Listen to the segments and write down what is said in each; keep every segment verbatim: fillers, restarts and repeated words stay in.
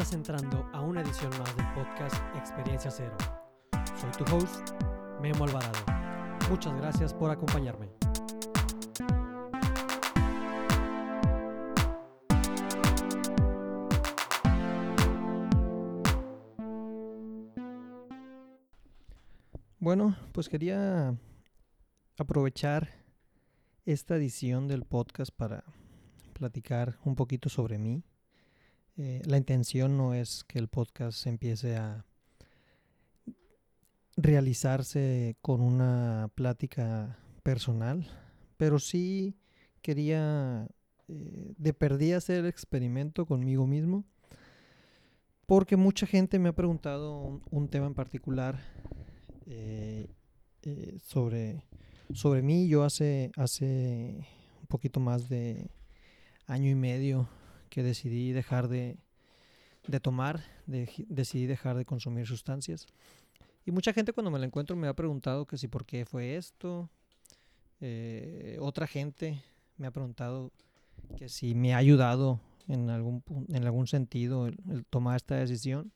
Estás entrando a una edición más del podcast Experiencia Cero. Soy tu host, Memo Alvarado. Muchas gracias por acompañarme. Bueno, pues quería aprovechar esta edición del podcast para platicar un poquito sobre mí. Eh, la intención no es que el podcast empiece a realizarse con una plática personal, pero sí quería eh, de perdida hacer el experimento conmigo mismo, porque mucha gente me ha preguntado un, un tema en particular eh, eh, sobre, sobre mí. Yo hace, hace un poquito más de año y medio que decidí dejar de, de tomar, de, decidí dejar de consumir sustancias. Y mucha gente cuando me la encuentro me ha preguntado que si por qué fue esto. Eh, otra gente me ha preguntado que si me ha ayudado en algún, en algún sentido el, el tomar esta decisión.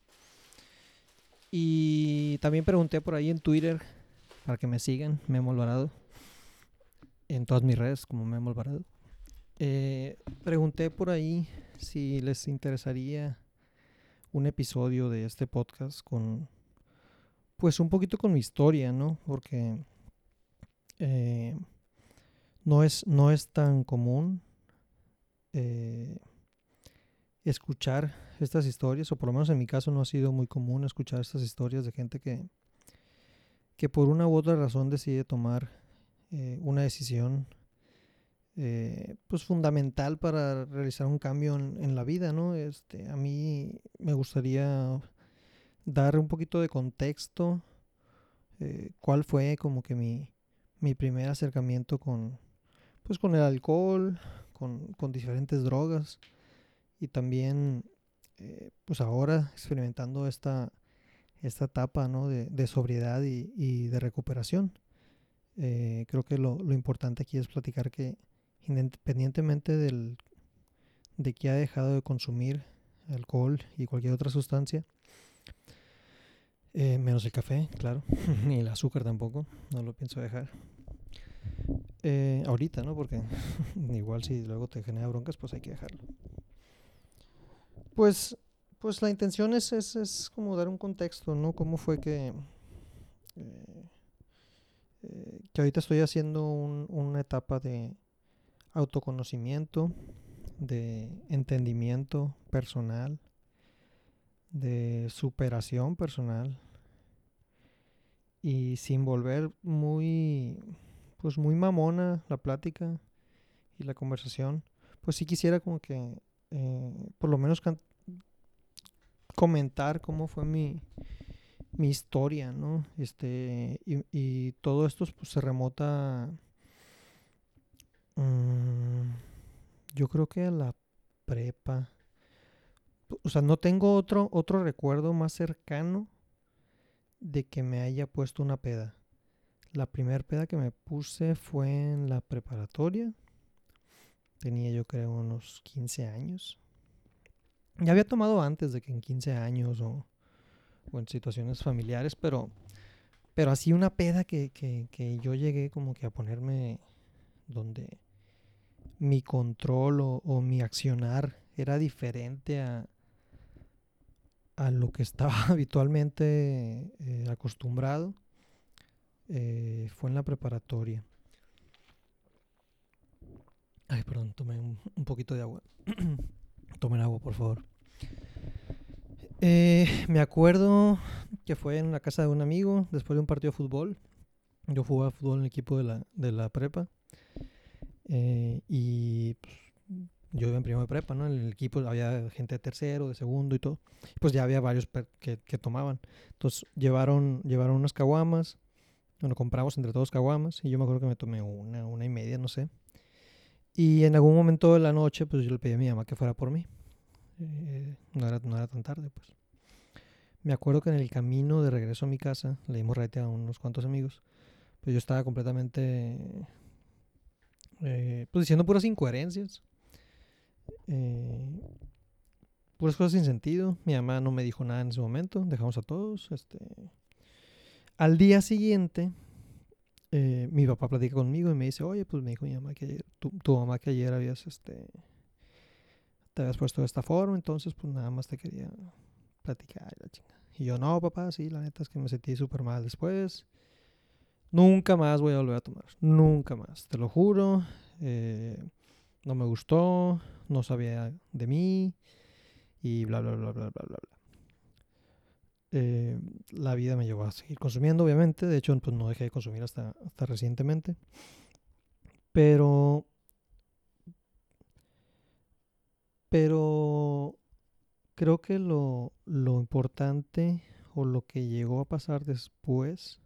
Y también pregunté por ahí en Twitter para que me sigan, Memo Alvarado, en todas mis redes como Memo Alvarado. Eh, pregunté por ahí si les interesaría un episodio de este podcast con, pues un poquito con mi historia, ¿no? Porque eh, no es, no es tan común eh, escuchar estas historias, o por lo menos en mi caso no ha sido muy común escuchar estas historias de gente que, que por una u otra razón decide tomar eh, una decisión Eh, pues fundamental para realizar un cambio en, en la vida, ¿no? Este, a mí me gustaría dar un poquito de contexto, eh, cuál fue como que mi, mi primer acercamiento con, pues con el alcohol, con, con diferentes drogas, y también eh, pues ahora experimentando esta, esta etapa, ¿no? de, de sobriedad y, y de recuperación. Eh, creo que lo, lo importante aquí es platicar que independientemente del, de que ha dejado de consumir alcohol y cualquier otra sustancia, eh, menos el café, claro, ni el azúcar tampoco, no lo pienso dejar. Eh, ahorita, ¿no? Porque igual si luego te genera broncas, pues hay que dejarlo. Pues, pues la intención es, es, es como dar un contexto, ¿no? Cómo fue que... Eh, eh, que ahorita estoy haciendo un, una etapa de autoconocimiento, de entendimiento personal, de superación personal, y sin volver muy pues muy mamona la plática y la conversación, pues sí quisiera como que eh, por lo menos can- comentar cómo fue mi, mi historia, ¿no? Este, y, y todo esto pues, se remota mmm, yo creo que a la prepa. O sea, no tengo otro, otro recuerdo más cercano de que me haya puesto una peda. La primera peda que me puse fue en la preparatoria. Tenía yo creo unos quince años. Ya había tomado antes de que en quince años o, o en situaciones familiares, pero, pero así una peda que, que, que yo llegué como que a ponerme donde mi control o, o mi accionar era diferente a, a lo que estaba habitualmente eh, acostumbrado. Eh, fue en la preparatoria. Ay, perdón, tomé un, un poquito de agua. Tomen agua, por favor. Eh, me acuerdo que fue en la casa de un amigo después de un partido de fútbol. Yo jugaba fútbol en el equipo de la, de la prepa. Eh, y pues, yo iba en primero de prepa, ¿no? En el equipo había gente de tercero, de segundo y todo. Pues ya había varios que, que tomaban. Entonces llevaron, llevaron unas caguamas. Bueno, compramos entre todos caguamas. Y yo me acuerdo que me tomé una, una y media, no sé. Y en algún momento de la noche, pues yo le pedí a mi mamá que fuera por mí. Eh, no, era, no era tan tarde, pues. Me acuerdo que en el camino de regreso a mi casa, le dimos rete a unos cuantos amigos, pues yo estaba completamente, eh, pues diciendo puras incoherencias. Eh, puras cosas sin sentido. Mi mamá no me dijo nada en ese momento, dejamos a todos. Este, al día siguiente, eh, mi papá platica conmigo y me dice, oye, pues me dijo mi mamá que ayer, tu, tu mamá que ayer habías, este, te habías puesto de esta forma, entonces pues nada más te quería platicar y la chinga. Y yo, no, papá, sí, la neta es que me sentí súper mal después. Nunca más voy a volver a tomar. Nunca más, te lo juro. Eh, no me gustó, no sabía de mí y bla, bla, bla, bla, bla, bla, bla. Eh, la vida me llevó a seguir consumiendo, obviamente. De hecho, pues no dejé de consumir hasta, hasta recientemente. Pero, pero creo que lo, lo importante o lo que llegó a pasar después,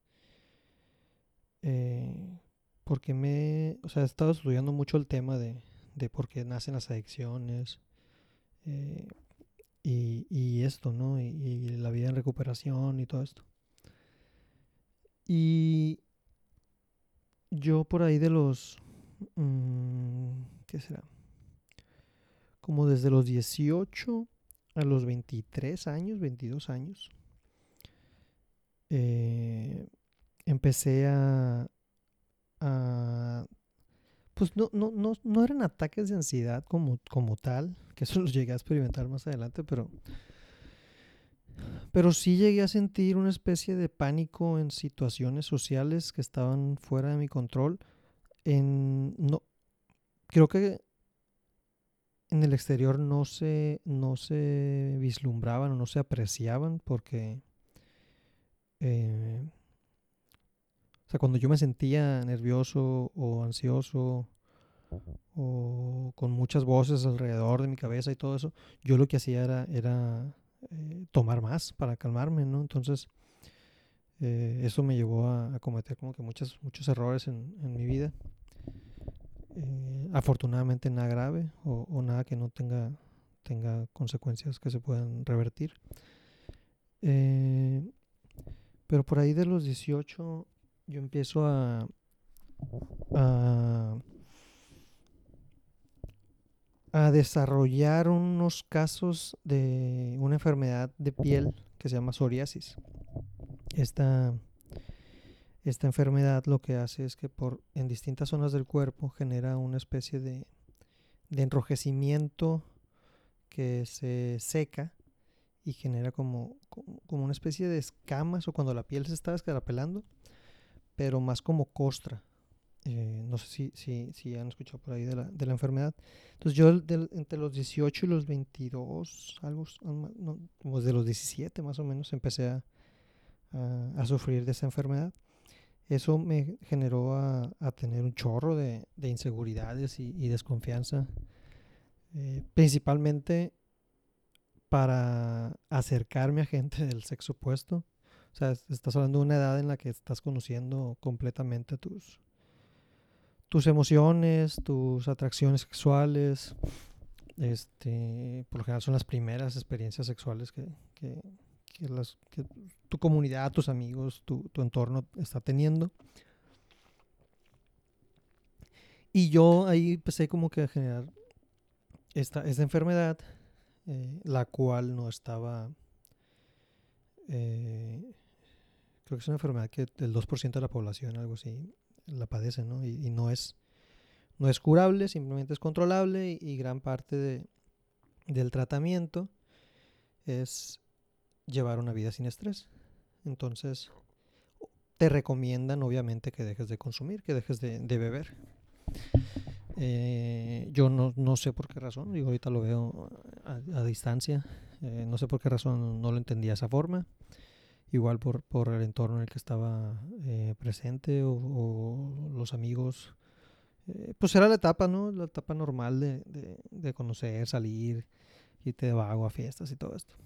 eh, porque me, o sea, he estado estudiando mucho el tema de, de por qué nacen las adicciones, eh, y, y esto, ¿no? Y, y la vida en recuperación y todo esto. Y yo por ahí de los, mm, ¿qué será? Como desde los dieciocho a los veintitrés años, veintidós años, eh, empecé a, a pues no, no, no, no eran ataques de ansiedad como, como tal, que eso los llegué a experimentar más adelante, pero, pero sí llegué a sentir una especie de pánico en situaciones sociales que estaban fuera de mi control. En, no, creo que en el exterior no se, no se vislumbraban o no se apreciaban porque, eh, o sea, cuando yo me sentía nervioso o ansioso o con muchas voces alrededor de mi cabeza y todo eso, yo lo que hacía era, era eh, tomar más para calmarme, ¿no? Entonces, eh, eso me llevó a, a cometer como que muchos, muchos errores en, en mi vida. Eh, afortunadamente nada grave o, o nada que no tenga, tenga consecuencias que se puedan revertir. Eh, pero por ahí de los dieciocho yo empiezo a, a, a desarrollar unos casos de una enfermedad de piel que se llama psoriasis. Esta, esta enfermedad lo que hace es que por, en distintas zonas del cuerpo genera una especie de, de enrojecimiento que se seca y genera como, como, como una especie de escamas o cuando la piel se está descarapelando, pero más como costra. Eh, no sé si, si, si han escuchado por ahí de la, de la enfermedad. Entonces yo del- entre los dieciocho y los veintidós, algo, no, como desde los diecisiete más o menos, empecé a, a, a sufrir de esa enfermedad. Eso me generó a, a tener un chorro de, de inseguridades y, y desconfianza, eh, principalmente para acercarme a gente del sexo opuesto. O sea, estás hablando de una edad en la que estás conociendo completamente tus, tus emociones, tus atracciones sexuales. Este, por lo general son las primeras experiencias sexuales que, que, que las, que tu comunidad, tus amigos, tu, tu entorno está teniendo. Y yo ahí empecé como que a generar esta, esta enfermedad, eh, la cual no estaba, eh, creo que es una enfermedad que el dos por ciento de la población, algo así, la padece, ¿no? Y, y no, es, no es curable, simplemente es controlable y, y gran parte de, del tratamiento es llevar una vida sin estrés. Entonces, te recomiendan obviamente que dejes de consumir, que dejes de, de beber. Eh, yo no, no sé por qué razón, digo, ahorita lo veo a, a distancia, eh, no sé por qué razón no lo entendía de esa forma. Igual por, por el entorno en el que estaba eh, presente o, o, los amigos. Eh, pues era la etapa, ¿no? La etapa normal de, de, de conocer, salir, irte de vago a fiestas y todo esto.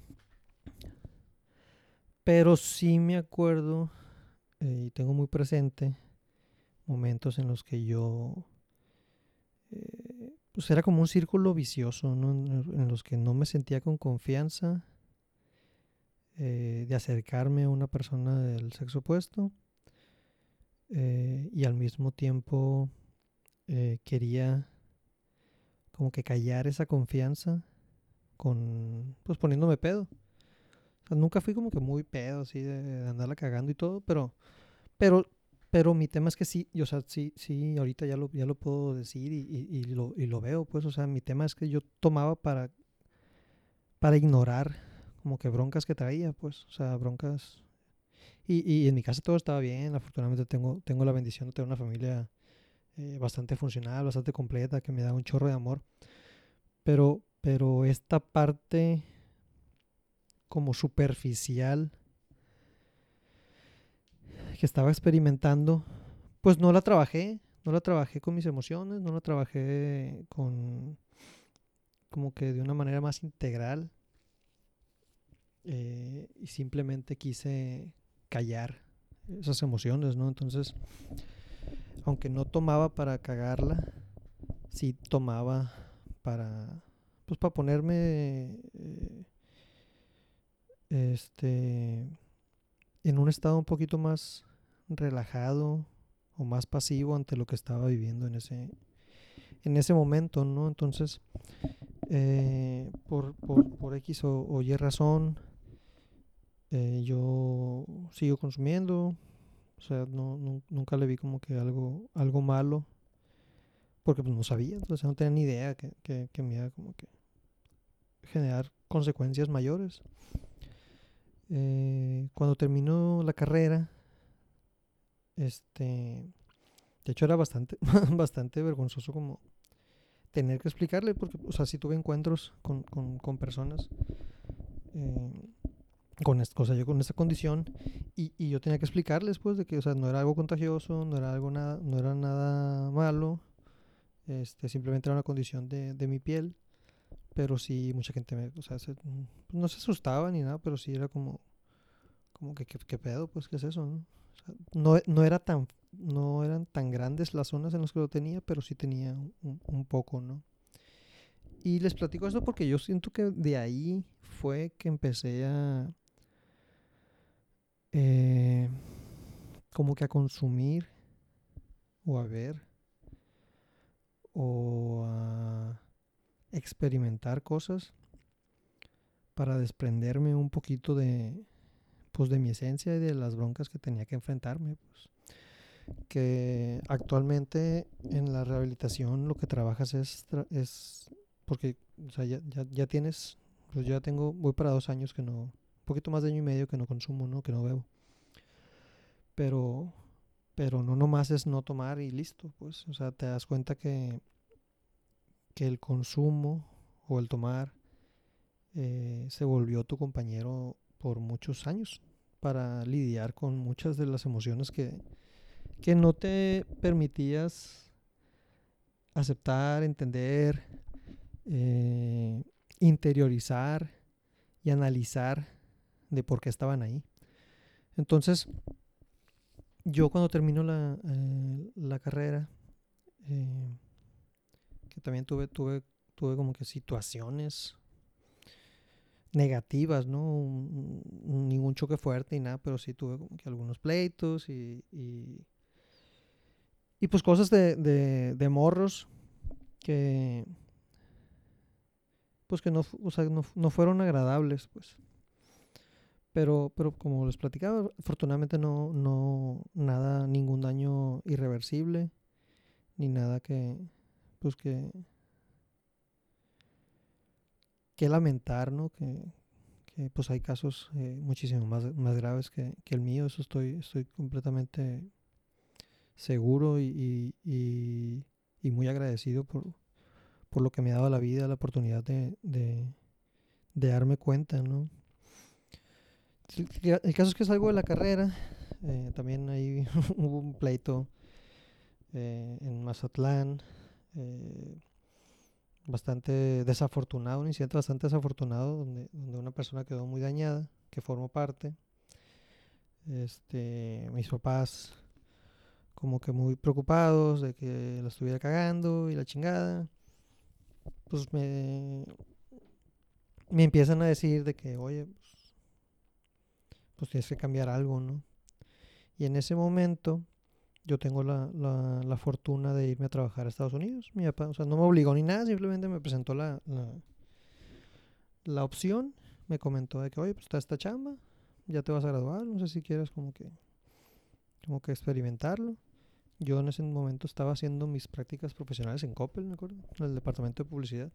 Pero sí me acuerdo eh, y tengo muy presente momentos en los que yo, eh, pues era como un círculo vicioso, ¿no? En, en los que no me sentía con confianza eh, de acercarme a una persona del sexo opuesto, eh, y al mismo tiempo eh, quería como que callar esa confianza con, pues poniéndome pedo. O sea, nunca fui como que muy pedo, así de, de andarla cagando y todo, pero, pero, pero mi tema es que sí, y, o sea, sí, sí, ahorita ya lo, ya lo puedo decir y, y, y lo, y lo veo, pues, o sea, mi tema es que yo tomaba para, para ignorar como que broncas que traía, pues, o sea, broncas. Y, y en mi casa todo estaba bien, afortunadamente tengo, tengo la bendición de tener una familia eh, bastante funcional, bastante completa, que me da un chorro de amor. Pero, pero esta parte como superficial que estaba experimentando, pues no la trabajé, no la trabajé con mis emociones, no la trabajé con como que de una manera más integral eh, y simplemente quise callar esas emociones, ¿no? Entonces, aunque no tomaba para cagarla, sí tomaba para, pues para ponerme eh, este en un estado un poquito más relajado o más pasivo ante lo que estaba viviendo en ese en ese momento, ¿no? Entonces, eh, por, por, por X o, o Y razón, eh, yo sigo consumiendo, o sea, no, no- nunca le vi como que algo, algo malo, porque pues no sabía, entonces no tenía ni idea que, que, que me iba como que generar consecuencias mayores. Eh, cuando terminó la carrera, este, de hecho era bastante, bastante vergonzoso como tener que explicarle, porque, o sea, sí tuve encuentros con, con, con personas eh, con, est- o sea, yo con esta condición y, y yo tenía que explicarles, pues, de que, o sea, no era algo contagioso, no era algo nada, no era nada malo, este, simplemente era una condición de, de mi piel, pero sí, mucha gente me, o sea, se- mm, no se asustaba ni nada, pero sí era como, como que, ¿qué, qué pedo? Pues, ¿qué es eso, no? O sea, no, no era tan, no eran tan grandes las zonas en las que lo tenía, pero sí tenía un, un poco, ¿no? Y les platico esto porque yo siento que de ahí fue que empecé a eh, como que a consumir o a ver o a experimentar cosas para desprenderme un poquito de pues de mi esencia y de las broncas que tenía que enfrentarme, pues. Que actualmente en la rehabilitación lo que trabajas es tra- es porque o sea, ya, ya, ya tienes, pues yo ya tengo, voy para dos años que no, un poquito más de año y medio que no consumo, ¿no? Que no bebo. Pero, pero no nomás es no tomar y listo, pues. O sea, te das cuenta que, que el consumo o el tomar eh, se volvió tu compañero por muchos años para lidiar con muchas de las emociones que, que no te permitías aceptar, entender, eh, interiorizar y analizar de por qué estaban ahí. Entonces, yo cuando termino la, eh, la carrera, eh, que también tuve, tuve, tuve como que situaciones negativas, ¿no? Un- un- ningún choque fuerte y nada, pero sí tuve como que algunos pleitos y, y, y pues cosas de, de, de morros que pues que no, fu- o sea, no, fu- no fueron agradables, pues. Pero, pero como les platicaba, afortunadamente no, no, nada, ningún daño irreversible, ni nada que, pues que, que lamentar, ¿no? Que, que pues hay casos eh, muchísimo más, más graves que, que el mío, eso estoy, estoy completamente seguro y, y, y- y muy agradecido por, por lo que me ha dado la vida, la oportunidad de, de, de darme cuenta, ¿no? Sí, el caso es que salgo de la carrera, eh, también ahí hubo un pleito eh, en Mazatlán, eh, bastante desafortunado, un incidente bastante desafortunado donde, donde una persona quedó muy dañada, que formó parte. Este, mis papás como que muy preocupados de que la estuviera cagando y la chingada. Pues me, me empiezan a decir de que, oye, pues tienes que cambiar algo, ¿no? Y en ese momento yo tengo la, la, la fortuna de irme a trabajar a Estados Unidos. Mi papá, o sea, no me obligó ni nada, simplemente me presentó la, la, la opción, me comentó de que, oye, pues está esta chamba, ya te vas a graduar, no sé si quieres como que, como que experimentarlo. Yo en ese momento estaba haciendo mis prácticas profesionales en Coppel, me acuerdo, en el departamento de publicidad.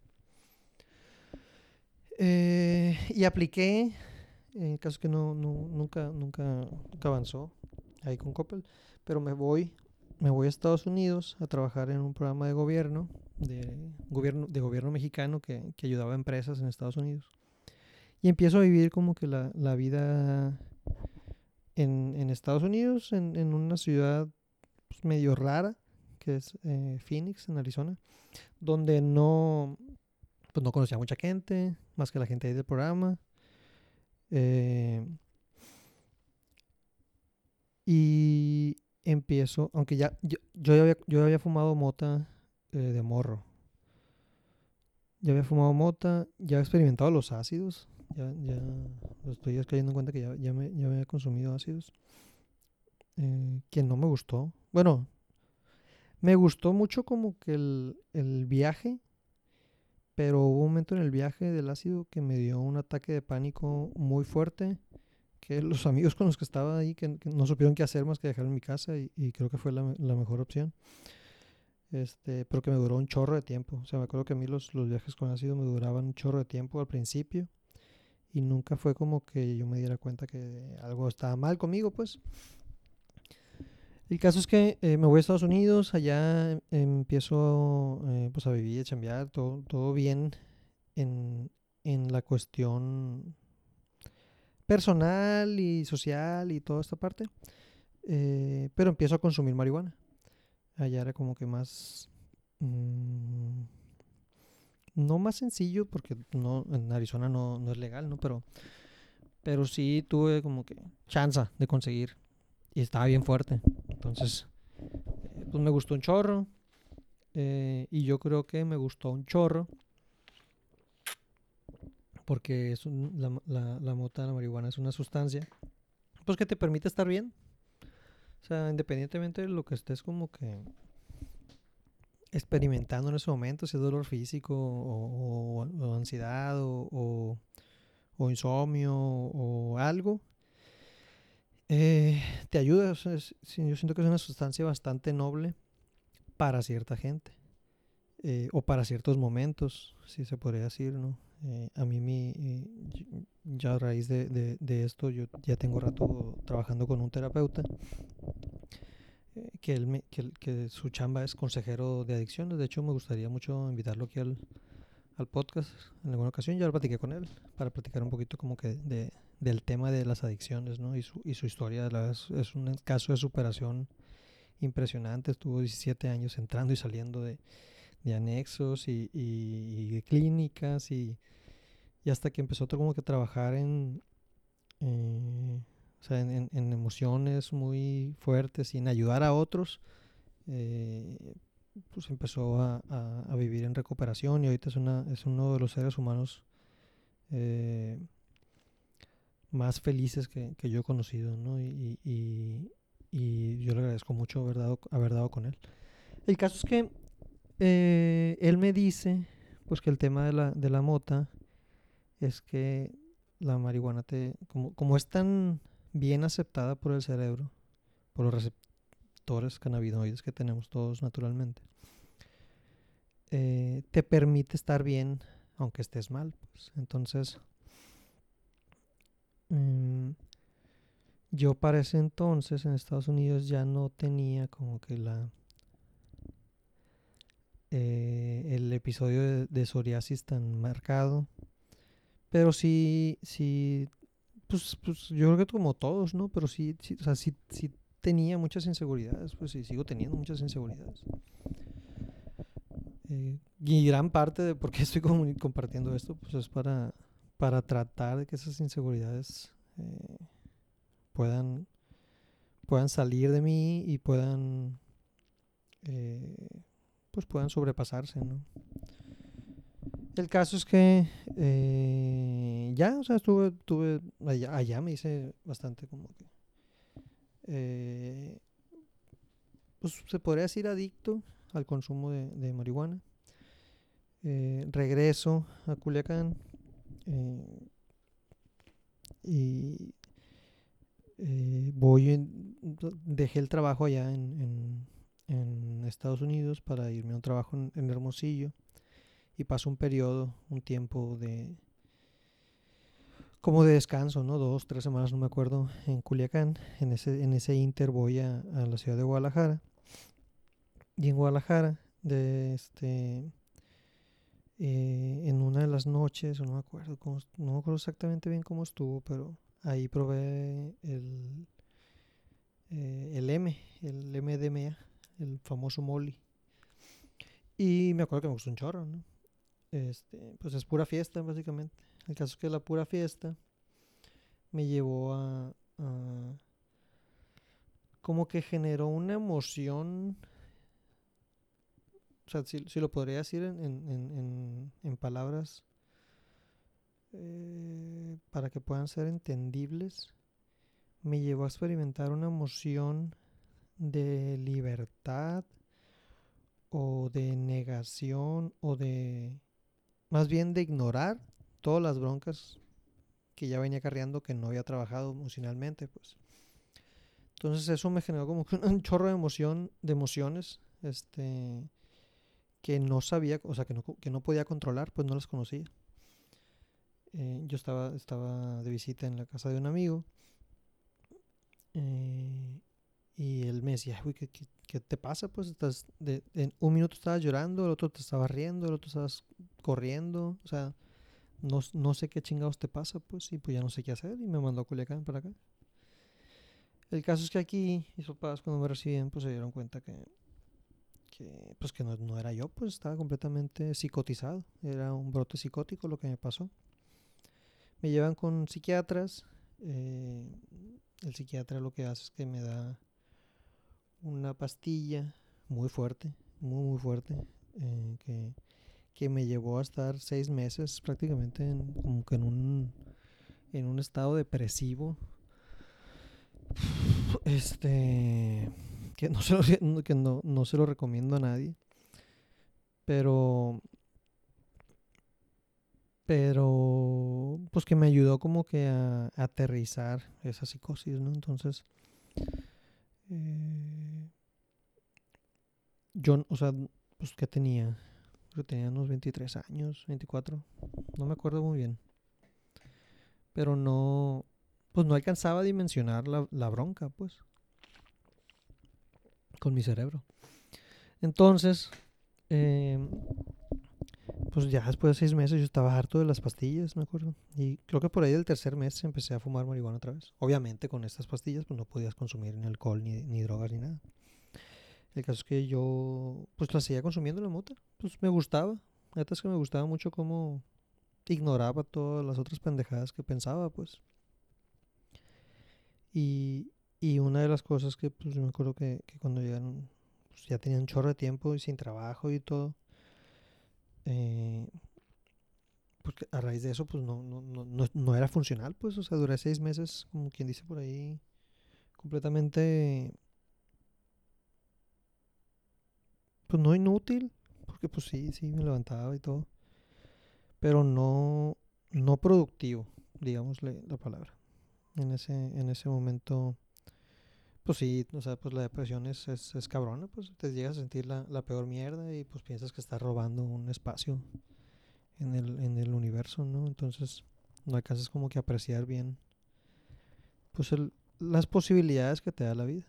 Eh, y apliqué, en caso que no, no, nunca, nunca, nunca avanzó ahí con Coppel, pero me voy, me voy a Estados Unidos a trabajar en un programa de gobierno, de gobierno, de gobierno mexicano que, que ayudaba a empresas en Estados Unidos. Y empiezo a vivir como que la, la vida en, en Estados Unidos, en, en una ciudad pues, medio rara, que es eh, Phoenix, en Arizona, donde no, pues no conocía a mucha gente, más que la gente ahí del programa. Eh, y empiezo, aunque ya yo, yo, ya había, yo había fumado mota eh, de morro. Ya había fumado mota, ya había experimentado los ácidos. Ya, ya estoy cayendo en cuenta que ya, ya, me, ya había consumido ácidos. Eh, que no me gustó. Bueno, me gustó mucho como que el, el viaje, pero hubo un momento en el viaje del ácido que me dio un ataque de pánico muy fuerte, que los amigos con los que estaba ahí que, que no supieron qué hacer más que dejar en mi casa y, y creo que fue la, la mejor opción. Este, pero que me duró un chorro de tiempo. O sea, me acuerdo que a mí los, los viajes con ácido me duraban un chorro de tiempo al principio y nunca fue como que yo me diera cuenta que algo estaba mal conmigo, pues. El caso es que eh, me voy a Estados Unidos, allá em- empiezo eh, pues a vivir, a chambear, todo, todo bien en, en la cuestión personal y social y toda esta parte, eh, pero empiezo a consumir marihuana. Allá era como que más, mm, no más sencillo porque no, en Arizona no, no es legal, ¿no? Pero, pero sí tuve como que chance de conseguir y estaba bien fuerte. Entonces, eh, pues me gustó un chorro. Eh, y yo creo que me gustó un chorro porque es un- la, la, la mota, la marihuana es una sustancia pues que te permite estar bien. O sea, independientemente de lo que estés como que experimentando en ese momento, si es dolor físico o, o- o ansiedad o, o- o insomnio o algo, eh, te ayuda. O sea, es- sí, yo siento que es una sustancia bastante noble para cierta gente. Eh, o para ciertos momentos, si se podría decir, ¿no? Eh, a mí, mi, eh, y- ya a raíz de, de- de esto, yo ya tengo rato trabajando con un terapeuta, eh, que, él me- que, él- que su chamba es consejero de adicciones. De hecho, me gustaría mucho invitarlo aquí al, al podcast en alguna ocasión. Ya lo platiqué con él para platicar un poquito como que de, del tema de las adicciones, ¿no? Y su, y su historia, la verdad, es, es un caso de superación impresionante. Estuvo diecisiete años entrando y saliendo de de anexos y, y, y clínicas y, y hasta que empezó como que a trabajar en, eh, o sea, en, en, en emociones muy fuertes y en ayudar a otros, eh, pues empezó a, a, a vivir en recuperación y ahorita es, una, es uno de los seres humanos eh, más felices que, que yo he conocido, ¿no? Y, y, y yo le agradezco mucho haber dado, haber dado con él. El caso es que eh, él me dice pues que el tema de la, de la mota es que la marihuana te, como, como es tan bien aceptada por el cerebro, por los receptores cannabinoides que tenemos todos naturalmente, eh, te permite estar bien aunque estés mal. Pues. Entonces, mm, yo para ese entonces en Estados Unidos ya no tenía como que la eh, el episodio de, de psoriasis tan marcado, pero sí, sí Pues, pues yo creo que como todos, ¿no? Pero sí, sí, o sea, sí, sí tenía muchas inseguridades, pues sí, sigo teniendo muchas inseguridades. Eh, y gran parte de por qué estoy comuni- compartiendo esto, pues es para, para tratar de que esas inseguridades eh, puedan, puedan salir de mí y puedan, eh, pues puedan sobrepasarse, ¿no? El caso es que eh, ya, o sea, estuve, estuve allá, allá me hice bastante como que eh, pues se podría decir adicto al consumo de, de marihuana. Eh, regreso a Culiacán eh, y eh, voy en- dejé el trabajo allá en, en- en Estados Unidos para irme a un trabajo en, en Hermosillo y paso un periodo, un tiempo de como de descanso, ¿no? Dos, tres semanas, no me acuerdo, en Culiacán. En ese, en ese inter voy a, a la ciudad de Guadalajara. Y en Guadalajara, de este, eh, en una de las noches, o no me acuerdo cómo, no me acuerdo exactamente bien cómo estuvo, pero ahí probé el, eh, el M, el M D M A, el famoso Molly. Y me acuerdo que me gustó un chorro, ¿no? Este, pues es pura fiesta, básicamente. El caso es que la pura fiesta me llevó a, a como que generó una emoción, o sea, si, si lo podría decir en, en, en, en- en palabras eh, para que puedan ser entendibles, me llevó a experimentar una emoción de libertad o de negación o de, más bien de ignorar todas las broncas que ya venía cargando que no había trabajado emocionalmente, pues. Entonces eso me generó como que un chorro de emoción, de emociones, este, que no sabía, o sea, que no, que no podía controlar, pues no las conocía. Eh, yo estaba, estaba de visita en la casa de un amigo eh, y él me decía, "Uy, ¿qué, qué, qué te pasa? Pues estás de, en un minuto estabas llorando, el otro te estabas riendo, el otro estabas corriendo, o sea, no, no sé qué chingados te pasa, pues, y pues ya no sé qué hacer y me mandó a Culiacán para acá. El caso es que aquí mis papás cuando me recibían pues se dieron cuenta que, que pues que no, no era yo, pues estaba completamente psicotizado, era un brote psicótico lo que me pasó. Me llevan con psiquiatras. eh, el psiquiatra lo que hace es que me da una pastilla muy fuerte, muy, muy fuerte, eh, que, que me llevó a estar seis meses prácticamente en, como que en un, en un estado depresivo. Este, que no se lo, que no, no se lo recomiendo a nadie, pero, pero, pues que me ayudó como que a, a aterrizar esa psicosis, ¿no? Entonces, eh, yo, o sea, pues que tenía, creo que tenía unos veintitrés años, veinticuatro, no me acuerdo muy bien, pero no, pues no alcanzaba a dimensionar la, la bronca, pues, con mi cerebro. Entonces, eh, pues ya después de seis meses yo estaba harto de las pastillas, me acuerdo. Y creo que por ahí del tercer mes empecé a fumar marihuana otra vez. Obviamente con estas pastillas pues no podías consumir ni alcohol, ni, ni drogas, ni nada. El caso es que yo pues la seguía consumiendo la mota. Pues me gustaba. La neta es que me gustaba mucho cómo ignoraba todas las otras pendejadas que pensaba, pues. Y, y una de las cosas que pues yo me acuerdo que, que cuando llegaron, pues ya tenía un chorro de tiempo y sin trabajo y todo. Eh, porque a raíz de eso, pues no, no, no, no, no era funcional, pues, o sea, duré seis meses, como quien dice por ahí, completamente, pues no inútil, porque pues sí, sí, me levantaba y todo, pero no, no productivo, digámosle la palabra. En ese, en ese momento, pues sí, o sea, pues la depresión es, es, es cabrona, pues te llegas a sentir la, la peor mierda y pues piensas que estás robando un espacio en el, en el universo, ¿no? Entonces no alcanzas como que a apreciar bien, pues el, las posibilidades que te da la vida.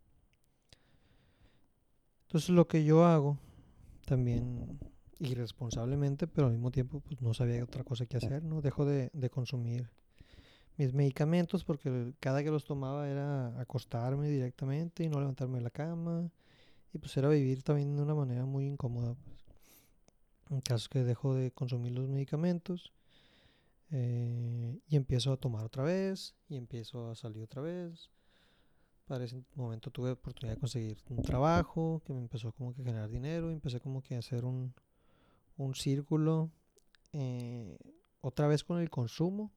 Entonces lo que yo hago también irresponsablemente, pero al mismo tiempo pues no sabía otra cosa que hacer, ¿no? Dejo de, de consumir mis medicamentos porque cada que los tomaba era acostarme directamente y no levantarme de la cama y pues era vivir también de una manera muy incómoda. Pues. En caso que dejo de consumir los medicamentos eh, y empiezo a tomar otra vez y empiezo a salir otra vez. Para ese momento tuve oportunidad de conseguir un trabajo que me empezó como que a generar dinero y empecé como que a hacer un, un círculo eh, otra vez con el consumo,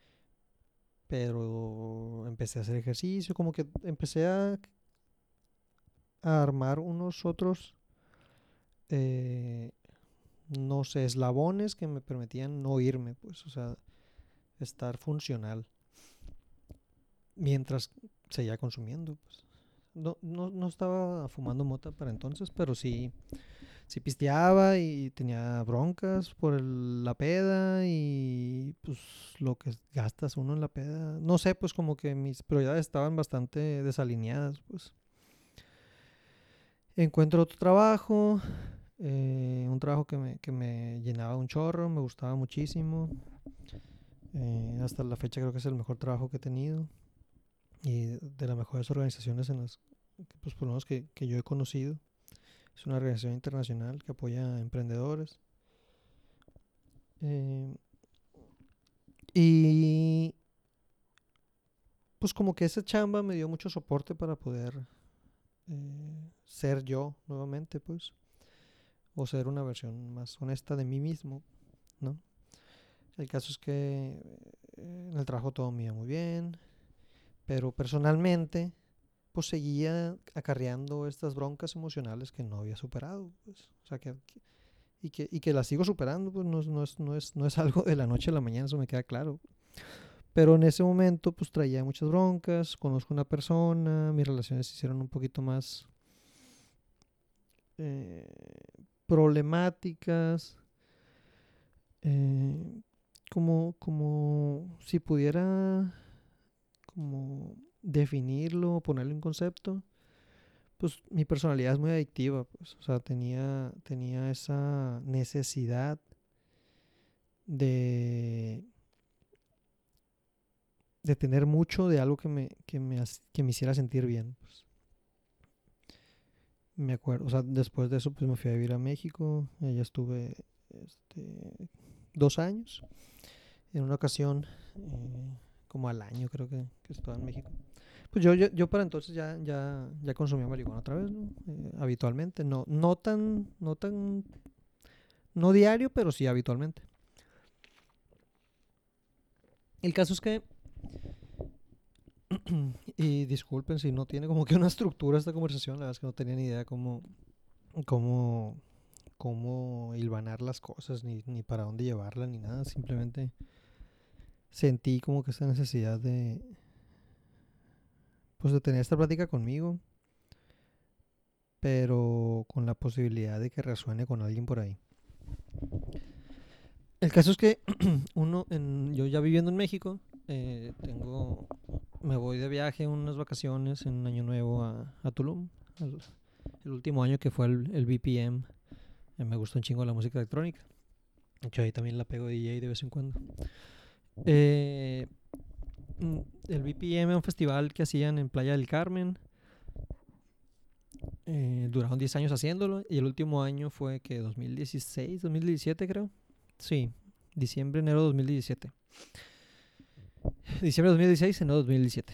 pero empecé a hacer ejercicio, como que empecé a, a armar unos otros, eh, no sé, eslabones que me permitían no irme, pues, o sea, estar funcional mientras seguía consumiendo, pues. No, no, no estaba fumando mota para entonces, pero sí, sí pisteaba y tenía broncas por el- la peda y pues lo que gastas uno en la peda. No sé, pues como que mis prioridades estaban bastante desalineadas, pues. Encuentro otro trabajo, eh, un trabajo que me, que me llenaba un chorro, me gustaba muchísimo. Eh, hasta la fecha creo que es el mejor trabajo que he tenido y de las mejores organizaciones en las, pues por lo menos que, que yo he conocido. Es una organización internacional que apoya a emprendedores. Eh, y pues como que esa chamba me dio mucho soporte para poder eh, ser yo nuevamente, pues. O ser una versión más honesta de mí mismo, ¿no? El caso es que eh, en el trabajo todo me iba muy bien, pero personalmente pues seguía acarreando estas broncas emocionales que no había superado, pues. O sea, que, que- y, que, y que las sigo superando, pues no, es- no, es, no, es, no es algo de la noche a la mañana, eso me queda claro. Pero en ese momento pues traía muchas broncas, conozco a una persona, mis relaciones se hicieron un poquito más eh, problemáticas, eh, como, como si pudiera como definirlo, ponerle un concepto, pues mi personalidad es muy adictiva, pues, o sea, tenía, tenía esa necesidad de, de tener mucho de algo que me, que me, que me hiciera sentir bien, pues. Me acuerdo, o sea, después de eso pues me fui a vivir a México, allá estuve este, dos años, en una ocasión, eh, como al año creo que, que estaba en México. Pues yo, yo, yo para entonces ya, ya, ya consumía marihuana otra vez, ¿no? Eh, habitualmente, no, no tan, no tan, no diario, pero sí habitualmente. El caso es que, y disculpen si no tiene como que una estructura esta conversación, la verdad es que no tenía ni idea cómo, cómo, cómo hilvanar las cosas, ni, ni para dónde llevarla, ni nada, simplemente sentí como que esta necesidad de, pues de tener esta plática conmigo, pero con la posibilidad de que resuene con alguien por ahí. El caso es que uno, en, yo ya viviendo en México, eh, tengo, me voy de viaje unas vacaciones en Año Nuevo a, a Tulum, el, el último año que fue el, el B P M. Eh, me gusta un chingo la música electrónica. De hecho, ahí también la pego D J de vez en cuando. Eh, mm, el B P M es un festival que hacían en Playa del Carmen. Eh, duraron diez años haciéndolo y el último año fue que dos mil dieciséis, dos mil diecisiete creo. Sí, diciembre, enero de dos mil diecisiete. Diciembre de dos mil dieciséis, enero de dos mil diecisiete.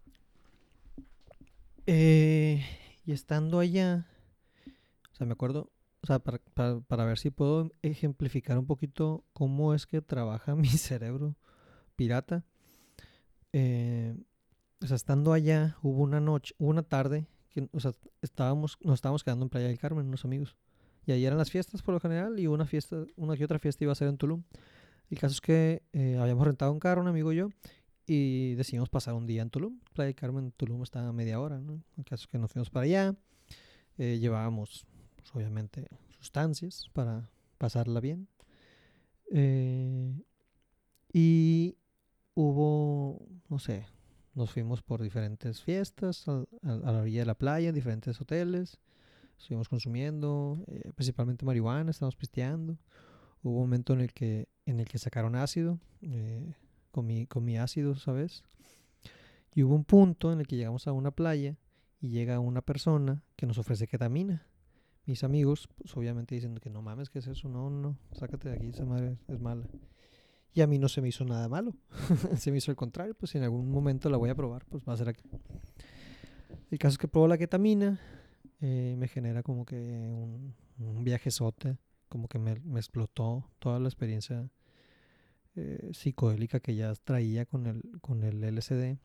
Eh, y estando allá, o sea, me acuerdo, o sea, para, para, para ver si puedo ejemplificar un poquito cómo es que trabaja mi cerebro pirata. Eh, o sea, estando allá, hubo una noche, hubo una tarde, que, o sea, estábamos, nos estábamos quedando en Playa del Carmen, unos amigos. Y ahí eran las fiestas por lo general y una fiesta, una que otra fiesta iba a ser en Tulum. El caso es que eh, habíamos rentado un carro, un amigo y yo, y decidimos pasar un día en Tulum. Playa del Carmen, Tulum está a media hora, ¿no? El caso es que nos fuimos para allá, eh, llevábamos, pues, obviamente, sustancias para pasarla bien. Eh, y hubo, no sé, nos fuimos por diferentes fiestas a, a, a la orilla de la playa, diferentes hoteles. Estuvimos consumiendo, eh, principalmente marihuana, estábamos pisteando. Hubo un momento en el que, en el que sacaron ácido, eh, comí, comí ácido, ¿sabes? Y hubo un punto en el que llegamos a una playa y llega una persona que nos ofrece ketamina. Mis amigos, pues obviamente diciendo que no mames, ¿qué es eso? No, no, sácate de aquí, esa madre es mala. Y a mí no se me hizo nada malo. Se me hizo el contrario, pues si en algún momento la voy a probar, pues va a ser aquí. El caso es que pruebo la ketamina, eh, me genera como que un, un viajezote, como que me, me explotó toda la experiencia eh, psicodélica que ya traía con el, con el L S D.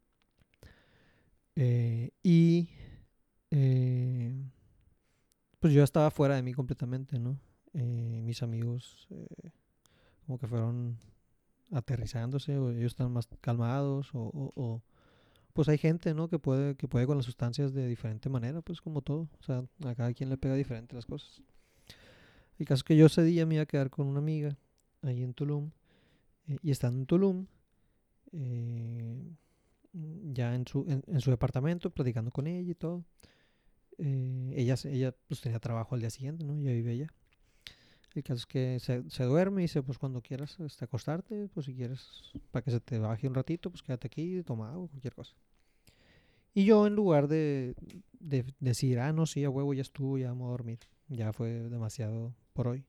Eh, y eh, pues yo estaba fuera de mí completamente, ¿no? eh, mis amigos eh, como que fueron aterrizándose, o ellos están más calmados, o, o- o, pues hay gente, ¿no? Que puede, que puede con las sustancias de diferente manera, pues como todo. O sea, a cada quien le pega diferente las cosas. El caso es que yo ese día me iba a quedar con una amiga ahí en Tulum, eh, y estando en Tulum, eh, ya en su, en, en su departamento, platicando con ella y todo. Eh, ella, se- ella pues tenía trabajo al día siguiente, ¿no? Ya vive allá. El caso es que se, se duerme y dice, pues cuando quieras este, acostarte, pues si quieres, para que se te baje un ratito, pues quédate aquí, toma agua, cualquier cosa. Y yo en lugar de, de decir, ah, no, sí, a huevo, ya estuvo, ya vamos a dormir, ya fue demasiado por hoy.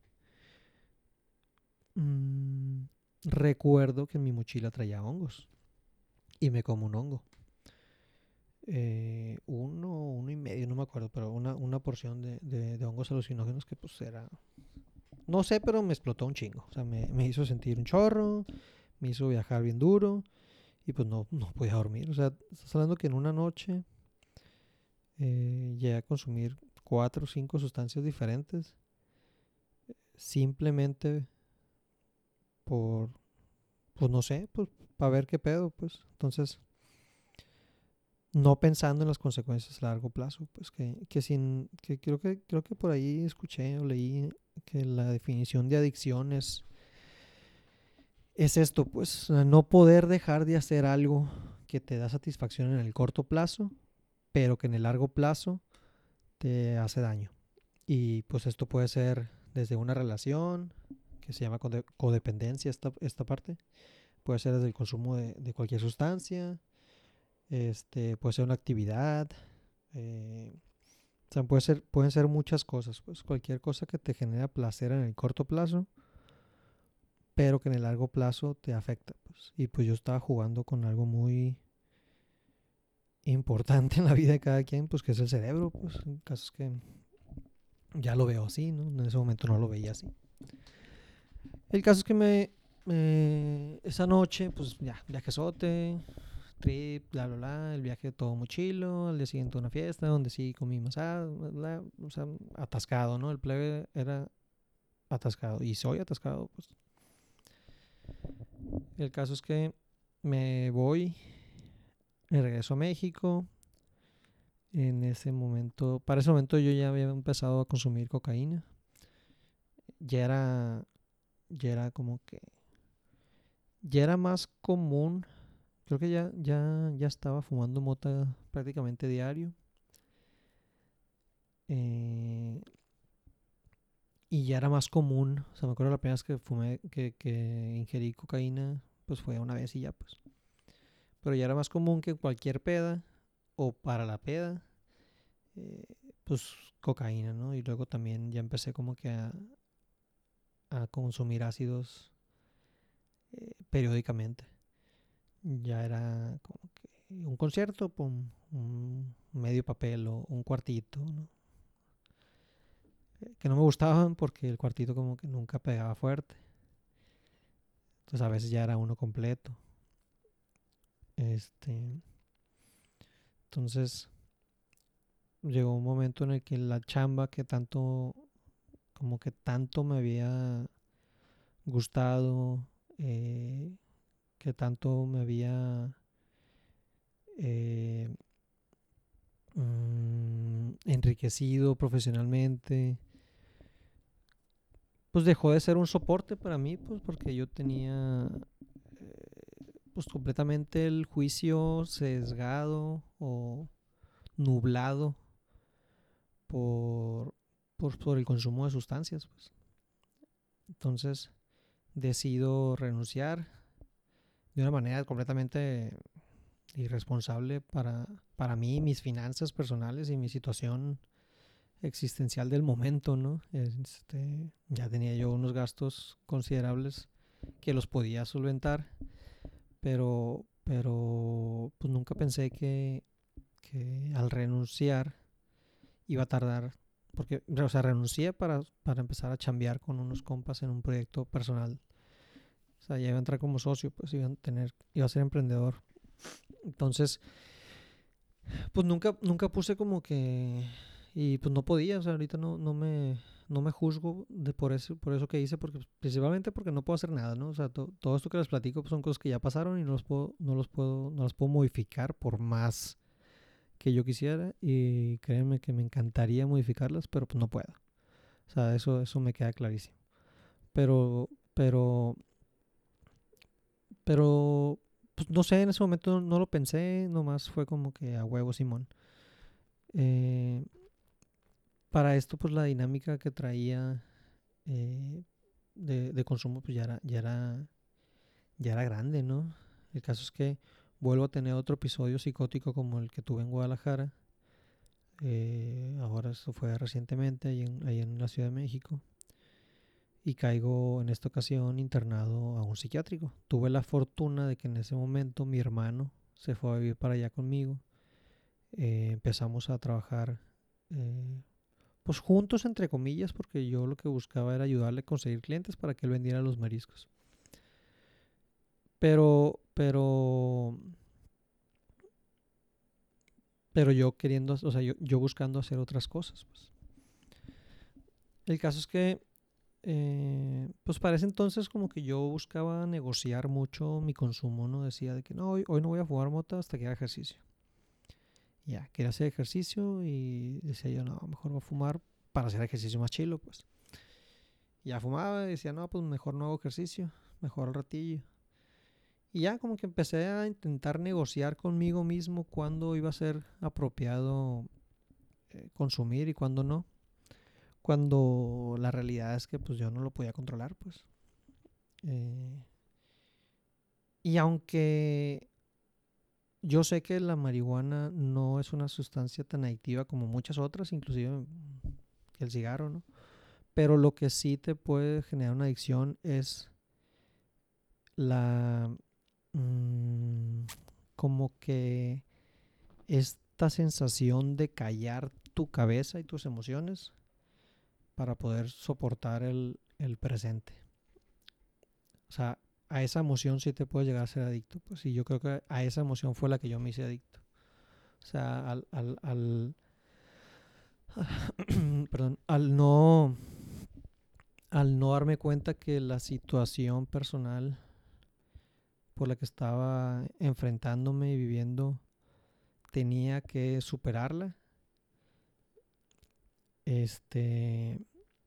Mm, recuerdo que en mi mochila traía hongos y me como un hongo. Eh, uno, uno y medio, no me acuerdo, pero una, una porción de, de, de hongos alucinógenos que pues era, no sé, pero me explotó un chingo. O sea, me, me hizo sentir un chorro, me hizo viajar bien duro y pues no, no podía dormir. O sea, estás hablando que en una noche eh, llegué a consumir cuatro o cinco sustancias diferentes simplemente por, pues no sé, pues para ver qué pedo, pues. Entonces, no pensando en las consecuencias a largo plazo, pues que, que sin, que creo que creo que por ahí escuché o leí que la definición de adicción es, es esto, pues no poder dejar de hacer algo que te da satisfacción en el corto plazo, pero que en el largo plazo te hace daño. Y pues esto puede ser desde una relación, que se llama code- codependencia, esta, esta parte, puede ser desde el consumo de, de cualquier sustancia, este, puede ser una actividad, eh, o sea, puede ser, pueden ser muchas cosas, pues cualquier cosa que te genera placer en el corto plazo, pero que en el largo plazo te afecta, pues. Y pues yo estaba jugando con algo muy importante en la vida de cada quien, pues que es el cerebro, pues en casos que ya lo veo así, ¿no? En ese momento no lo veía así. El caso es que me, eh, esa noche, pues ya, viajezote, trip, bla, bla, bla, el viaje todo muy chilo, al día siguiente una fiesta donde sí comí más, ah, bla, bla, o sea, atascado, ¿no? El plebe era atascado y soy atascado, pues. El caso es que me voy, me regreso a México. En ese momento, para ese momento yo ya había empezado a consumir cocaína. Ya era, ya era como que, ya era más común. Creo que ya, ya, ya estaba fumando mota prácticamente diario. Eh, y ya era más común. O sea, me acuerdo la primera vez que fumé, que, que ingerí cocaína, pues fue una vez y ya, pues. Pero ya era más común que cualquier peda, o para la peda, eh, pues cocaína, ¿no? Y luego también ya empecé como que a, a consumir ácidos eh, periódicamente. Ya era como que un concierto, pum, un medio papel o un cuartito, ¿no? Que no me gustaban porque el cuartito como que nunca pegaba fuerte. Entonces a veces ya era uno completo. Este, entonces llegó un momento en el que la chamba que tanto, como que tanto me había gustado, eh, que tanto me había eh, mm, enriquecido profesionalmente, pues dejó de ser un soporte para mí, pues porque yo tenía eh, pues completamente el juicio sesgado o nublado por, por, por el consumo de sustancias, pues. Entonces decido renunciar de una manera completamente irresponsable para, para mí, mis finanzas personales y mi situación existencial del momento, ¿no? Este, ya tenía yo unos gastos considerables que los podía solventar, pero, pero pues nunca pensé que, que al renunciar iba a tardar, porque, o sea, renuncié para, para empezar a chambear con unos compas en un proyecto personal. O sea, ya iba a entrar como socio, pues iba a tener, iba a ser emprendedor. Entonces, pues nunca, nunca puse como que y pues no podía, o sea, ahorita no, no me, no me juzgo de por eso, por eso que hice, porque principalmente porque no puedo hacer nada, ¿no? O sea, to- todo esto que les platico pues, son cosas que ya pasaron y no los puedo, no los puedo, no las puedo modificar por más que yo quisiera, y créanme que me encantaría modificarlas, pero pues no puedo. O sea, eso, eso me queda clarísimo. Pero, pero, pero, pues no sé, en ese momento no lo pensé, nomás fue como que a huevo, Simón. Eh, para esto, pues la dinámica que traía eh, de, de consumo, pues ya era, ya era, ya era grande, ¿no? El caso es que vuelvo a tener otro episodio psicótico como el que tuve en Guadalajara. Eh, ahora eso fue recientemente, ahí en, ahí en la Ciudad de México. Y caigo en esta ocasión internado a un psiquiátrico. Tuve la fortuna de que en ese momento mi hermano se fue a vivir para allá conmigo. Eh, empezamos a trabajar eh, pues juntos entre comillas, porque yo lo que buscaba era ayudarle a conseguir clientes para que él vendiera los mariscos. Pero, pero, pero yo queriendo, o sea, yo, yo buscando hacer otras cosas. Pues. El caso es que, eh, pues para ese entonces como que yo buscaba negociar mucho mi consumo, ¿no? Decía de que no, hoy, hoy no voy a fumar mota hasta que haga ejercicio. Ya, quería hacer ejercicio y decía yo, no, mejor voy a fumar para hacer ejercicio más chilo, pues. Ya fumaba y decía, no, pues mejor no hago ejercicio, mejor al ratillo. Y ya como que empecé a intentar negociar conmigo mismo cuándo iba a ser apropiado eh, consumir y cuándo no. Cuando la realidad es que pues yo no lo podía controlar, pues. Eh, y aunque yo sé que la marihuana no es una sustancia tan adictiva como muchas otras, inclusive el cigarro, ¿no? Pero lo que sí te puede generar una adicción es la... mmm, como que esta sensación de callar tu cabeza y tus emociones para poder soportar el, el presente. O sea, a esa emoción sí te puedes llegar a ser adicto. Pues sí, yo creo que a esa emoción fue la que yo me hice adicto. O sea, al, al, al perdón, al no, al no darme cuenta que la situación personal por la que estaba enfrentándome y viviendo tenía que superarla. Este,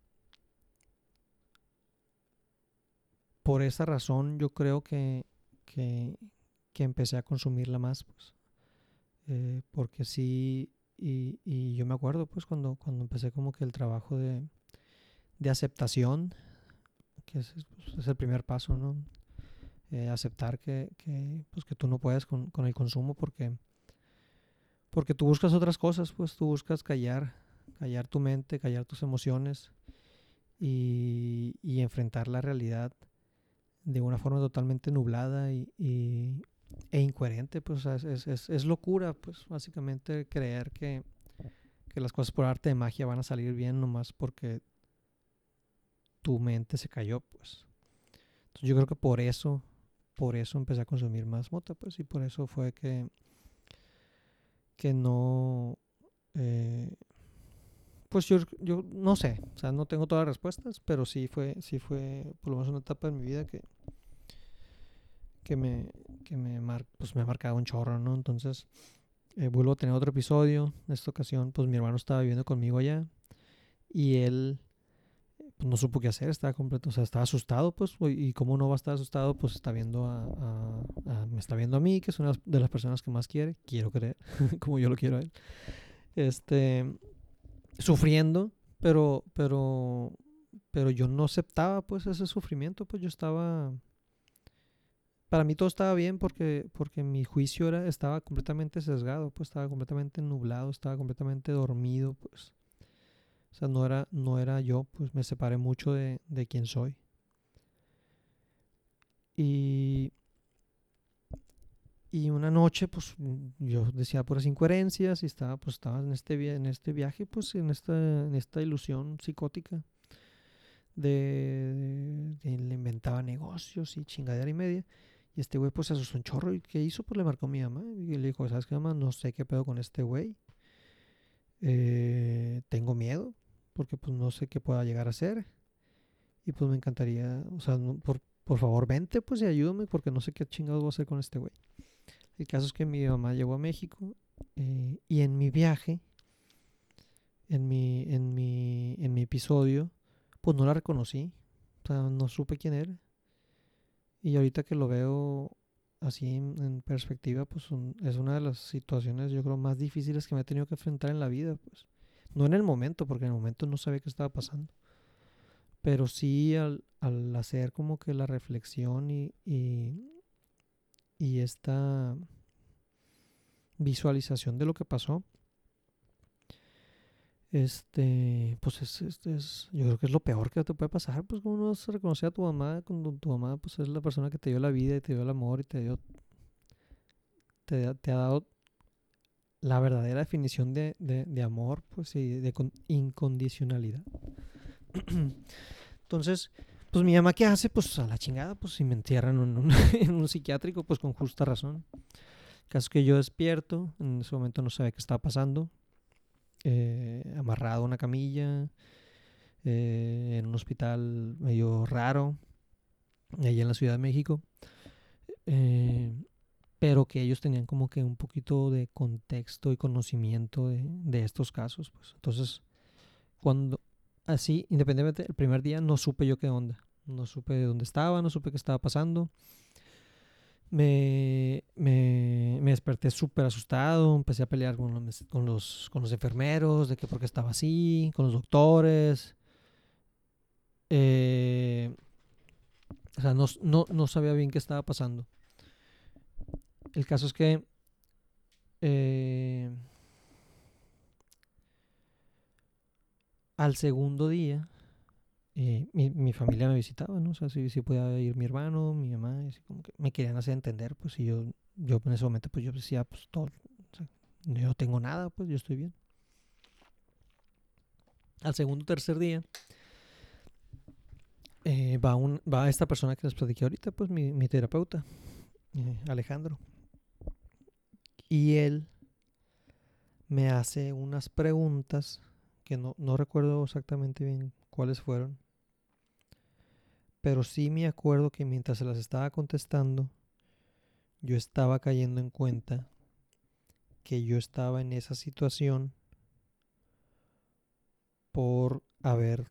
por esa razón yo creo que, que, que empecé a consumirla más, pues. Eh, porque sí, y, y yo me acuerdo, pues, cuando, cuando empecé como que el trabajo de, de aceptación, que es, pues, es el primer paso, ¿no? Eh, aceptar que, que, pues, que tú no puedes con, con el consumo porque, porque tú buscas otras cosas, pues, tú buscas callar, callar tu mente, callar tus emociones y, y enfrentar la realidad de una forma totalmente nublada y, y, e incoherente, pues o sea, es, es, es, locura, pues básicamente creer que, que las cosas por arte de magia van a salir bien nomás porque tu mente se cayó, pues. Entonces yo creo que por eso, por eso empecé a consumir más mota, pues, y por eso fue que, que no, eh, pues yo, yo no sé, o sea, no tengo todas las respuestas, pero sí fue, sí fue por lo menos una etapa en mi vida que, que me, que me, mar, pues me ha marcado un chorro, ¿no? Entonces, eh, vuelvo a tener otro episodio. En esta ocasión, pues mi hermano estaba viviendo conmigo allá y él pues, no supo qué hacer, estaba completo, o sea, estaba asustado, pues, y cómo no va a estar asustado, pues está viendo a, a, a me está viendo a mí, que es una de las personas que más quiere, quiero creer, como yo lo quiero a él, este, sufriendo, pero, pero, pero yo no aceptaba, pues, ese sufrimiento, pues yo estaba para mí todo estaba bien porque, porque mi juicio era, estaba completamente sesgado, pues estaba completamente nublado, estaba completamente dormido, pues. O sea, no era, no era yo, pues me separé mucho de, de quién soy. Y, y una noche, pues yo decía puras incoherencias y estaba, pues estaba en este, via en este viaje, pues en esta, en esta ilusión psicótica de, de, de le inventaba negocios y chingadera y media. Y este güey pues se asustó un chorro. ¿Y qué hizo? Pues le marcó a mi mamá. Y le dijo, ¿sabes qué, mamá? No sé qué pedo con este güey. Eh, tengo miedo porque pues no sé qué pueda llegar a ser y pues me encantaría, o sea, no- por, por favor vente pues y ayúdame porque no sé qué chingados voy a hacer con este güey. El caso es que mi mamá llegó a México eh, y en mi viaje, en mi, en mi, en mi episodio, pues no la reconocí, o sea, no supe quién era. Y ahorita que lo veo así en, en perspectiva, pues un- es una de las situaciones yo creo más difíciles que me he tenido que enfrentar en la vida, pues. No en el momento, porque en el momento no sabía qué estaba pasando, pero sí al, al hacer como que la reflexión y, y, y esta visualización de lo que pasó, este, pues es, es- es- yo creo que es lo peor que te puede pasar, pues como no se reconoce a tu mamá, cuando tu mamá pues es la persona que te dio la vida y te dio el amor y te dio, te, te ha dado la verdadera definición de, de, de amor, pues y de con- incondicionalidad. Entonces, pues mi mamá, ¿qué hace? Pues a la chingada, pues si me entierran en un, en un psiquiátrico, pues con justa razón. El caso es que yo despierto, en ese momento no sabía qué estaba pasando, eh, amarrado a una camilla, eh, en un hospital medio raro, allá en la Ciudad de México, eh, pero que ellos tenían como que un poquito de contexto y conocimiento de, de estos casos, pues. Entonces, cuando así, independientemente, el primer día no supe yo qué onda. No supe de dónde estaba, no supe qué estaba pasando. Me, me, me desperté súper asustado, empecé a pelear con los, con, los, con los enfermeros, de que por qué estaba así, con los doctores. Eh, o sea, no, no, no sabía bien qué estaba pasando. El caso es que eh, al segundo día, eh, mi, mi familia me visitaba, ¿no? O sea, si, si podía ir mi hermano, mi mamá, y así como que me querían hacer entender, pues, si yo, yo en ese momento, pues, yo decía, pues, todo, o sea, yo no tengo nada, pues, yo estoy bien. Al segundo o tercer día, eh, va, un, va esta persona que les platiqué ahorita, pues, mi, mi terapeuta, eh, Alejandro, y él me hace unas preguntas que no, no recuerdo exactamente bien cuáles fueron, pero sí me acuerdo que mientras se las estaba contestando, yo estaba cayendo en cuenta que yo estaba en esa situación por haber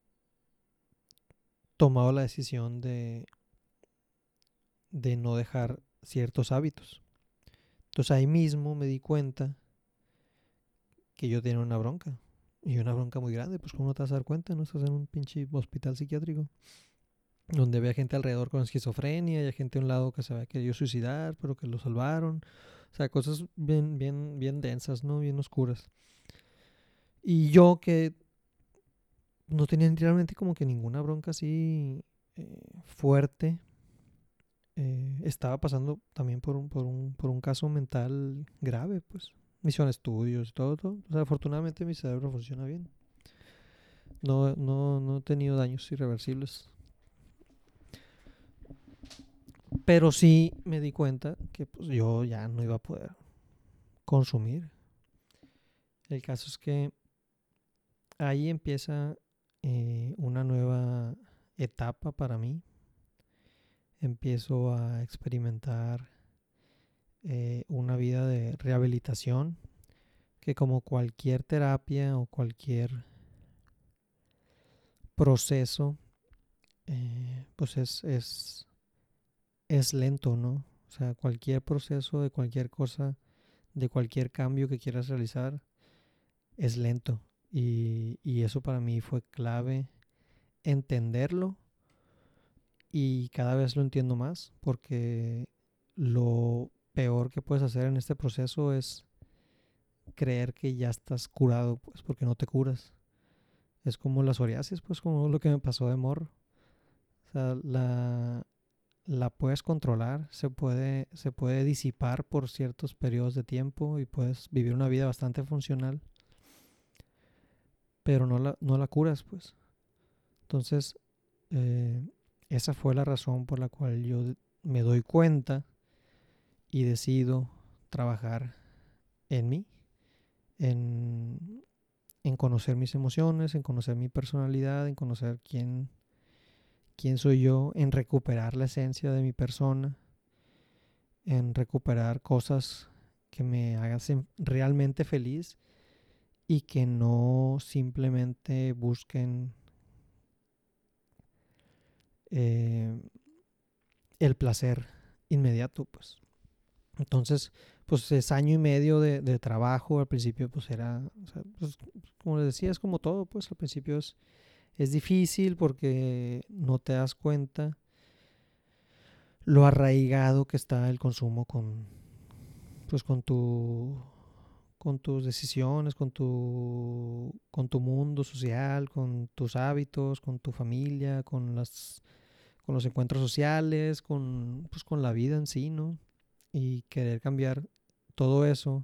tomado la decisión de, de no dejar ciertos hábitos. Entonces ahí mismo me di cuenta que yo tenía una bronca. Y una bronca muy grande, pues ¿cómo no te vas a dar cuenta? No estás en un pinche hospital psiquiátrico donde había gente alrededor con esquizofrenia y hay gente a un lado que se había querido suicidar, pero que lo salvaron. O sea, cosas bien, bien, bien densas, ¿no? Bien oscuras. Y yo que no tenía realmente como que ninguna bronca así eh, fuerte. Eh, estaba pasando también por un, por, un, por un caso mental grave, pues. Me hicieron estudios y todo, todo. O sea, afortunadamente mi cerebro funciona bien. No, no, no he tenido daños irreversibles. Pero sí me di cuenta que pues, yo ya no iba a poder consumir. El caso es que ahí empieza eh, una nueva etapa para mí. Empiezo a experimentar eh, una vida de rehabilitación que como cualquier terapia o cualquier proceso, eh, pues es, es, es lento, ¿no? O sea, cualquier proceso de cualquier cosa, de cualquier cambio que quieras realizar, es lento. Y, y eso para mí fue clave entenderlo y cada vez lo entiendo más porque lo peor que puedes hacer en este proceso es creer que ya estás curado, pues porque no te curas. Es como la psoriasis, pues como lo que me pasó de morro. O sea, la, la puedes controlar, se puede, se puede disipar por ciertos periodos de tiempo y puedes vivir una vida bastante funcional, pero no la, no la curas, pues. Entonces, eh, esa fue la razón por la cual yo me doy cuenta y decido trabajar en mí, en, en conocer mis emociones, en conocer mi personalidad, en conocer quién, quién soy yo, en recuperar la esencia de mi persona, en recuperar cosas que me hagan realmente feliz y que no simplemente busquen eh, el placer inmediato, pues. Entonces, pues es año y medio de, de trabajo. Al principio, pues era, o sea, pues, como les decía, es como todo, pues al principio es, es difícil porque no te das cuenta lo arraigado que está el consumo con, pues con tu, con tus decisiones, con tu, con tu mundo social, con tus hábitos, con tu familia, con las, con los encuentros sociales, con, pues con la vida en sí, ¿no? Y querer cambiar todo eso,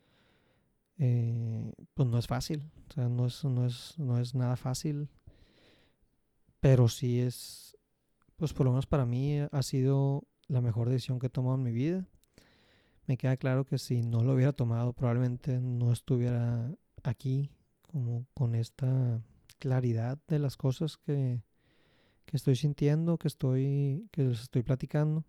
eh, pues no es fácil. O sea, no es, no es, no es nada fácil, pero sí es, pues por lo menos para mí ha sido la mejor decisión que he tomado en mi vida. Me queda claro que si no lo hubiera tomado, probablemente no estuviera aquí como con esta claridad de las cosas que, que estoy sintiendo, que estoy, que les estoy platicando.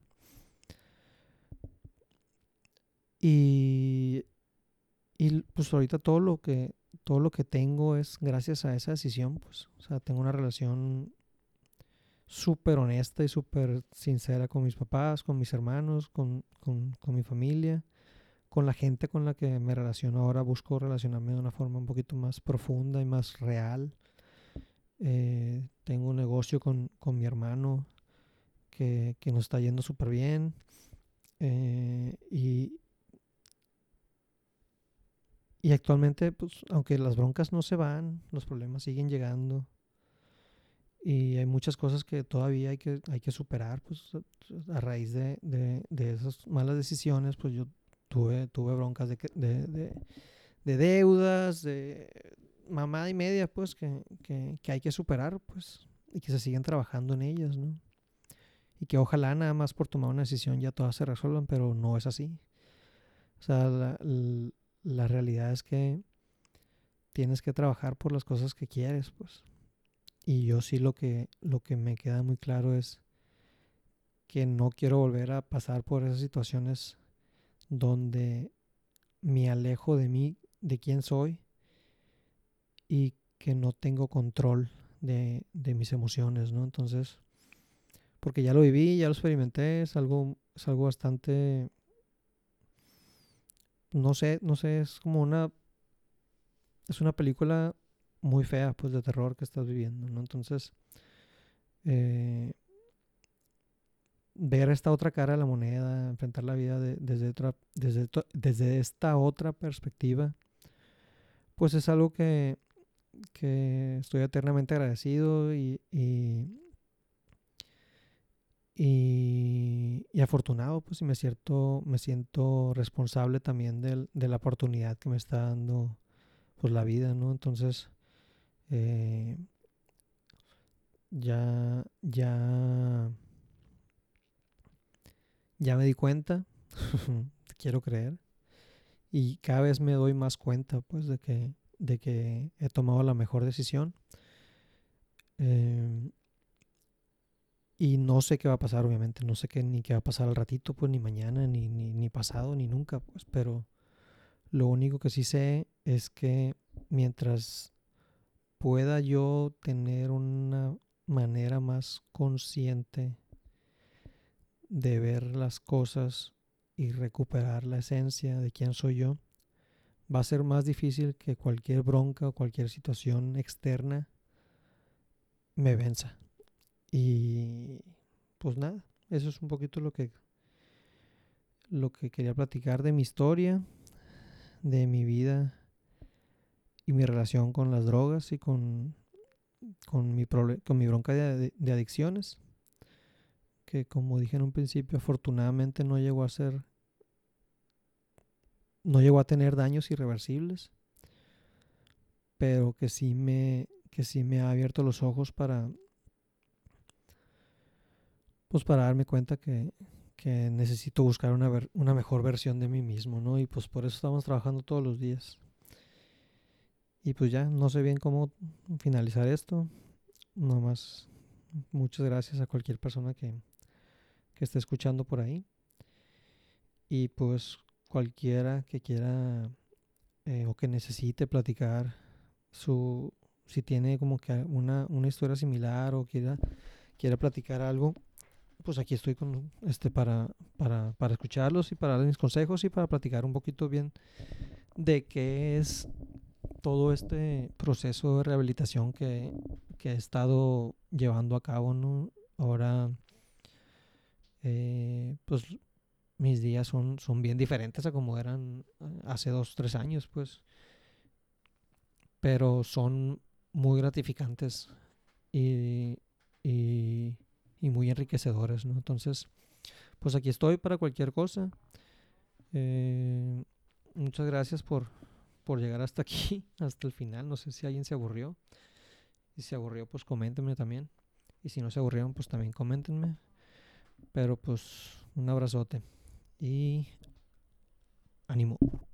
Y, y pues ahorita todo lo que todo lo que tengo es gracias a esa decisión, pues. O sea, tengo una relación súper honesta y súper sincera con mis papás, con mis hermanos, con, con, con mi familia, con la gente con la que me relaciono ahora. Busco relacionarme de una forma un poquito más profunda y más real. Eh, tengo un negocio con, con mi hermano que, que nos está yendo súper bien. Eh, y, y actualmente, pues, aunque las broncas no se van, los problemas siguen llegando. Y hay muchas cosas que todavía hay que, hay que superar, pues a raíz de, de, de esas malas decisiones, pues yo tuve, tuve broncas de, de, de, de deudas, de mamada y media, pues que, que, que hay que superar, pues, y que se siguen trabajando en ellas, ¿no? Y que ojalá nada más por tomar una decisión ya todas se resuelvan, pero no es así. O sea, la, la, la realidad es que tienes que trabajar por las cosas que quieres, pues. Y yo sí lo que, lo que me queda muy claro es que no quiero volver a pasar por esas situaciones donde me alejo de mí, de quién soy, y que no tengo control de, de mis emociones, ¿no? Entonces, porque ya lo viví, ya lo experimenté, es algo, es algo bastante, no sé, no sé, es como una, es una película muy fea, pues, de terror que estás viviendo, ¿no? Entonces, eh, ver esta otra cara de la moneda, enfrentar la vida de, desde, otra, desde, desde esta otra perspectiva, pues es algo que, que estoy eternamente agradecido y, y, y, y afortunado, pues, y me siento, me siento responsable también del, de la oportunidad que me está dando, pues, la vida, ¿no? Entonces, eh, ya, ya, ya me di cuenta, quiero creer, y cada vez me doy más cuenta, pues, de que, de que he tomado la mejor decisión. Eh, y no sé qué va a pasar, obviamente, no sé qué ni qué va a pasar al ratito, pues, ni mañana, ni, ni, ni pasado, ni nunca, pues, pero lo único que sí sé es que mientras pueda yo tener una manera más consciente de ver las cosas y recuperar la esencia de quién soy yo, va a ser más difícil que cualquier bronca o cualquier situación externa me venza. Y pues nada, eso es un poquito lo que, lo que quería platicar de mi historia, de mi vida y mi relación con las drogas y con, con, mi, prole- con mi bronca de, de adicciones, que como dije en un principio, afortunadamente no llegó a ser, no llegó a tener daños irreversibles, pero que sí me, que sí me ha abierto los ojos para, pues para darme cuenta que, que necesito buscar una, ver, una mejor versión de mí mismo, ¿no? Y pues por eso estamos trabajando todos los días. Y pues ya, no sé bien cómo finalizar esto. Nomás muchas gracias a cualquier persona que, que esté escuchando por ahí. Y pues cualquiera que quiera eh, o que necesite platicar su, si tiene como que una, una historia similar o quiera, quiera platicar algo, pues aquí estoy con este para, para, para escucharlos y para darles mis consejos y para platicar un poquito bien de qué es todo este proceso de rehabilitación que, que he estado llevando a cabo, ¿no? Ahora, eh, pues mis días son, son bien diferentes a como eran eh, hace dos, tres años, pues, pero son muy gratificantes y, y, y muy enriquecedores, ¿no? Entonces, pues aquí estoy para cualquier cosa. Eh, muchas gracias por, por llegar hasta aquí, hasta el final. No sé si alguien se aburrió. Si se aburrió, pues coméntenme también. Y si no se aburrieron, pues también coméntenme. Pero pues un abrazote y ánimo.